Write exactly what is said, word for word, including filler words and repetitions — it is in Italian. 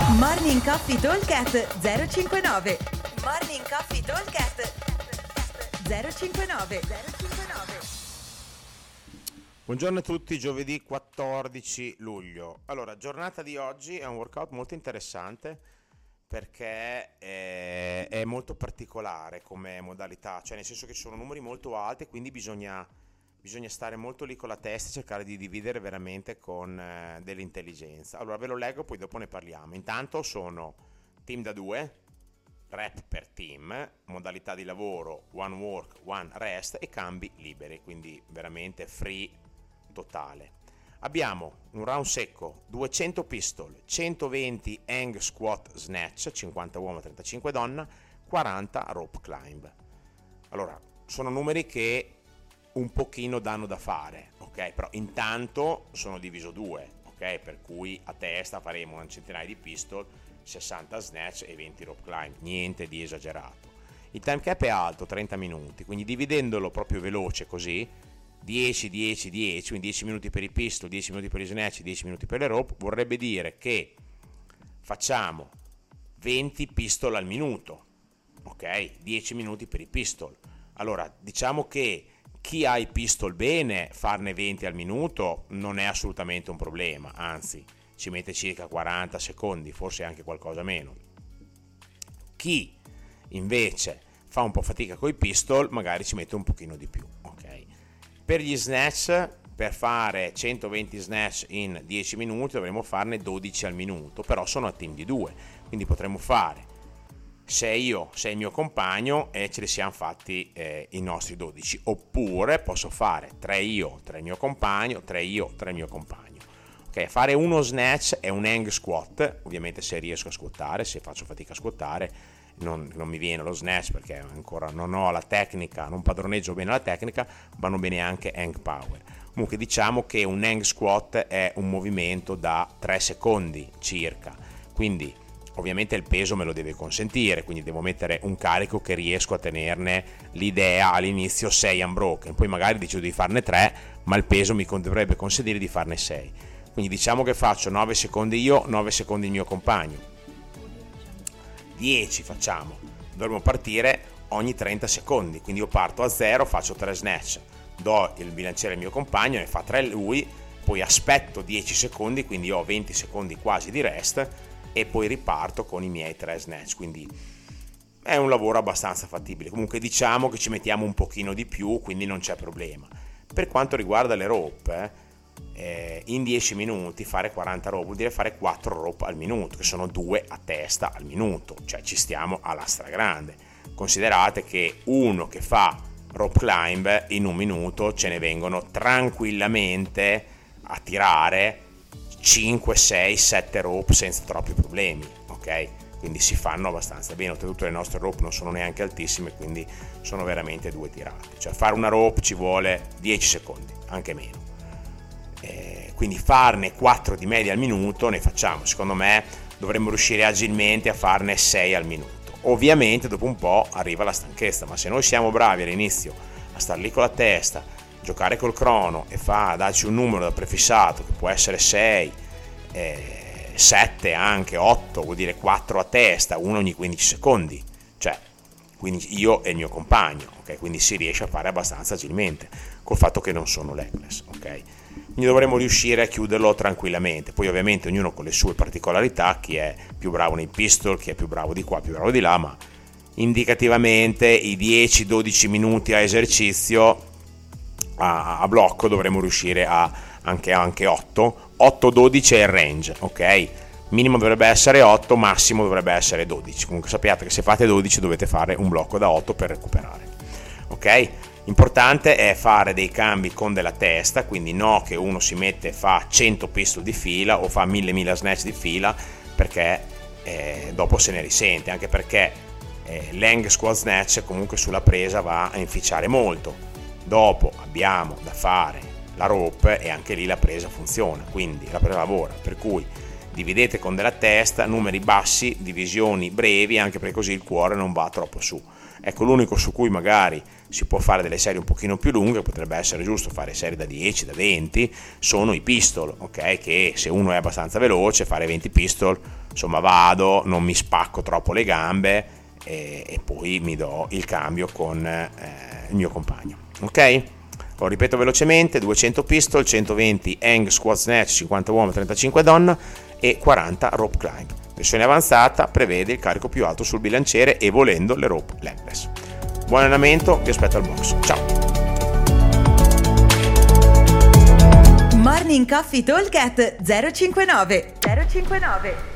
Morning Coffee Talkcast zero cinquantanove. Morning Coffee Talkcast zero cinquantanove. Buongiorno a tutti, giovedì quattordici luglio. Allora, giornata di oggi è un workout molto interessante perché è, è molto particolare come modalità, cioè nel senso che ci sono numeri molto alti, quindi bisogna, bisogna stare molto lì con la testa e cercare di dividere veramente con eh, dell'intelligenza. Allora ve lo leggo, poi dopo ne parliamo. Intanto sono team da due, rep per team, modalità di lavoro one work, one rest e cambi liberi, quindi veramente free totale. Abbiamo un round secco, duecento pistol, centoventi hang squat snatch, cinquanta uomo, trentacinque donna, quaranta rope climb. Allora, sono numeri che un pochino danno da fare, ok? Però intanto sono diviso due, ok? Per cui a testa faremo un centinaio di pistol, sessanta snatch e venti rope climb, niente di esagerato. Il time cap è alto, trenta minuti, quindi dividendolo proprio veloce così, dieci, dieci, dieci, quindi dieci minuti per i pistol, dieci minuti per i snatch, dieci minuti per le rope, vorrebbe dire che facciamo venti pistol al minuto, ok? dieci minuti per i pistol. Allora, diciamo che chi ha i pistol bene, farne venti al minuto non è assolutamente un problema, anzi ci mette circa quaranta secondi, forse anche qualcosa meno. Chi invece fa un po' fatica coi pistol magari ci mette un pochino di più, ok? Per gli snatch, per fare centoventi snatch in dieci minuti dovremo farne dodici al minuto, però sono a team di due, quindi potremo fare sei io, sei il mio compagno e ce li siamo fatti eh, i nostri dodici, oppure posso fare tre io, tre il mio compagno, tre io, tre il mio compagno. Ok, fare uno snatch è un hang squat, ovviamente se riesco a squattare, se faccio fatica a squattare non, non mi viene lo snatch perché ancora non ho la tecnica, non padroneggio bene la tecnica, vanno bene anche hang power. Comunque diciamo che un hang squat è un movimento da tre secondi circa, quindi ovviamente il peso me lo deve consentire, quindi devo mettere un carico che riesco a tenerne l'idea all'inizio sei unbroken, poi magari decido di farne tre, ma il peso mi dovrebbe consentire di farne sei. Quindi diciamo che faccio nove secondi io, nove secondi il mio compagno. dieci facciamo. Dovremmo partire ogni trenta secondi, quindi io parto a zero, faccio tre snatch, do il bilanciere al mio compagno, ne fa tre lui, poi aspetto dieci secondi, quindi ho venti secondi quasi di rest e poi riparto con i miei tre snatch, quindi è un lavoro abbastanza fattibile. Comunque diciamo che ci mettiamo un pochino di più, quindi non c'è problema. Per quanto riguarda le rope, eh, in dieci minuti fare quaranta rope vuol dire fare quattro rope al minuto, che sono due a testa al minuto, cioè ci stiamo alla stragrande. Considerate che uno che fa rope climb in un minuto ce ne vengono tranquillamente a tirare cinque, sei, sette rope senza troppi problemi, ok? Quindi si fanno abbastanza bene, oltretutto le nostre rope non sono neanche altissime, quindi sono veramente due tirate, cioè fare una rope ci vuole dieci secondi, anche meno. Eh, quindi farne quattro di media al minuto ne facciamo, secondo me dovremmo riuscire agilmente a farne sei al minuto. Ovviamente dopo un po' arriva la stanchezza, ma se noi siamo bravi all'inizio a star lì con la testa, giocare col crono e fa darci un numero da prefissato che può essere sei, eh, sette anche, otto, vuol dire quattro a testa, uno ogni quindici secondi, cioè quindi io e il mio compagno, ok? Quindi si riesce a fare abbastanza agilmente col fatto che non sono legless, ok? Quindi dovremo riuscire a chiuderlo tranquillamente. Poi ovviamente ognuno con le sue particolarità, chi è più bravo nei pistol, chi è più bravo di qua, più bravo di là, ma indicativamente i dieci dodici minuti a esercizio a, a blocco dovremo riuscire a anche, anche otto otto dodici è il range, ok? Minimo dovrebbe essere otto, massimo dovrebbe essere dodici. Comunque sappiate che se fate dodici dovete fare un blocco da otto per recuperare, ok? Importante è fare dei cambi con della testa, quindi no che uno si mette e fa cento pistol di fila o fa mille mila snatch di fila, perché eh, dopo se ne risente, anche perché eh, l'hang squat snatch comunque sulla presa va a inficiare molto. Dopo abbiamo da fare la rope e anche lì la presa funziona, quindi la presa lavora, per cui dividete con della testa, numeri bassi, divisioni brevi, anche perché così il cuore non va troppo su. Ecco, l'unico su cui magari si può fare delle serie un pochino più lunghe, potrebbe essere giusto fare serie da dieci, da venti, sono i pistol, ok? Che se uno è abbastanza veloce, fare venti pistol, insomma vado, non mi spacco troppo le gambe e, e poi mi do il cambio con eh, il mio compagno, ok? Lo ripeto velocemente: duecento pistol, centoventi hang squat snatch, cinquanta uomo, trentacinque donna e quaranta rope climb. Versione avanzata prevede il carico più alto sul bilanciere e volendo le rope legless. Buon allenamento, vi aspetto al box. Ciao! Morning Coffee Talk at zero cinquantanove zero cinquantanove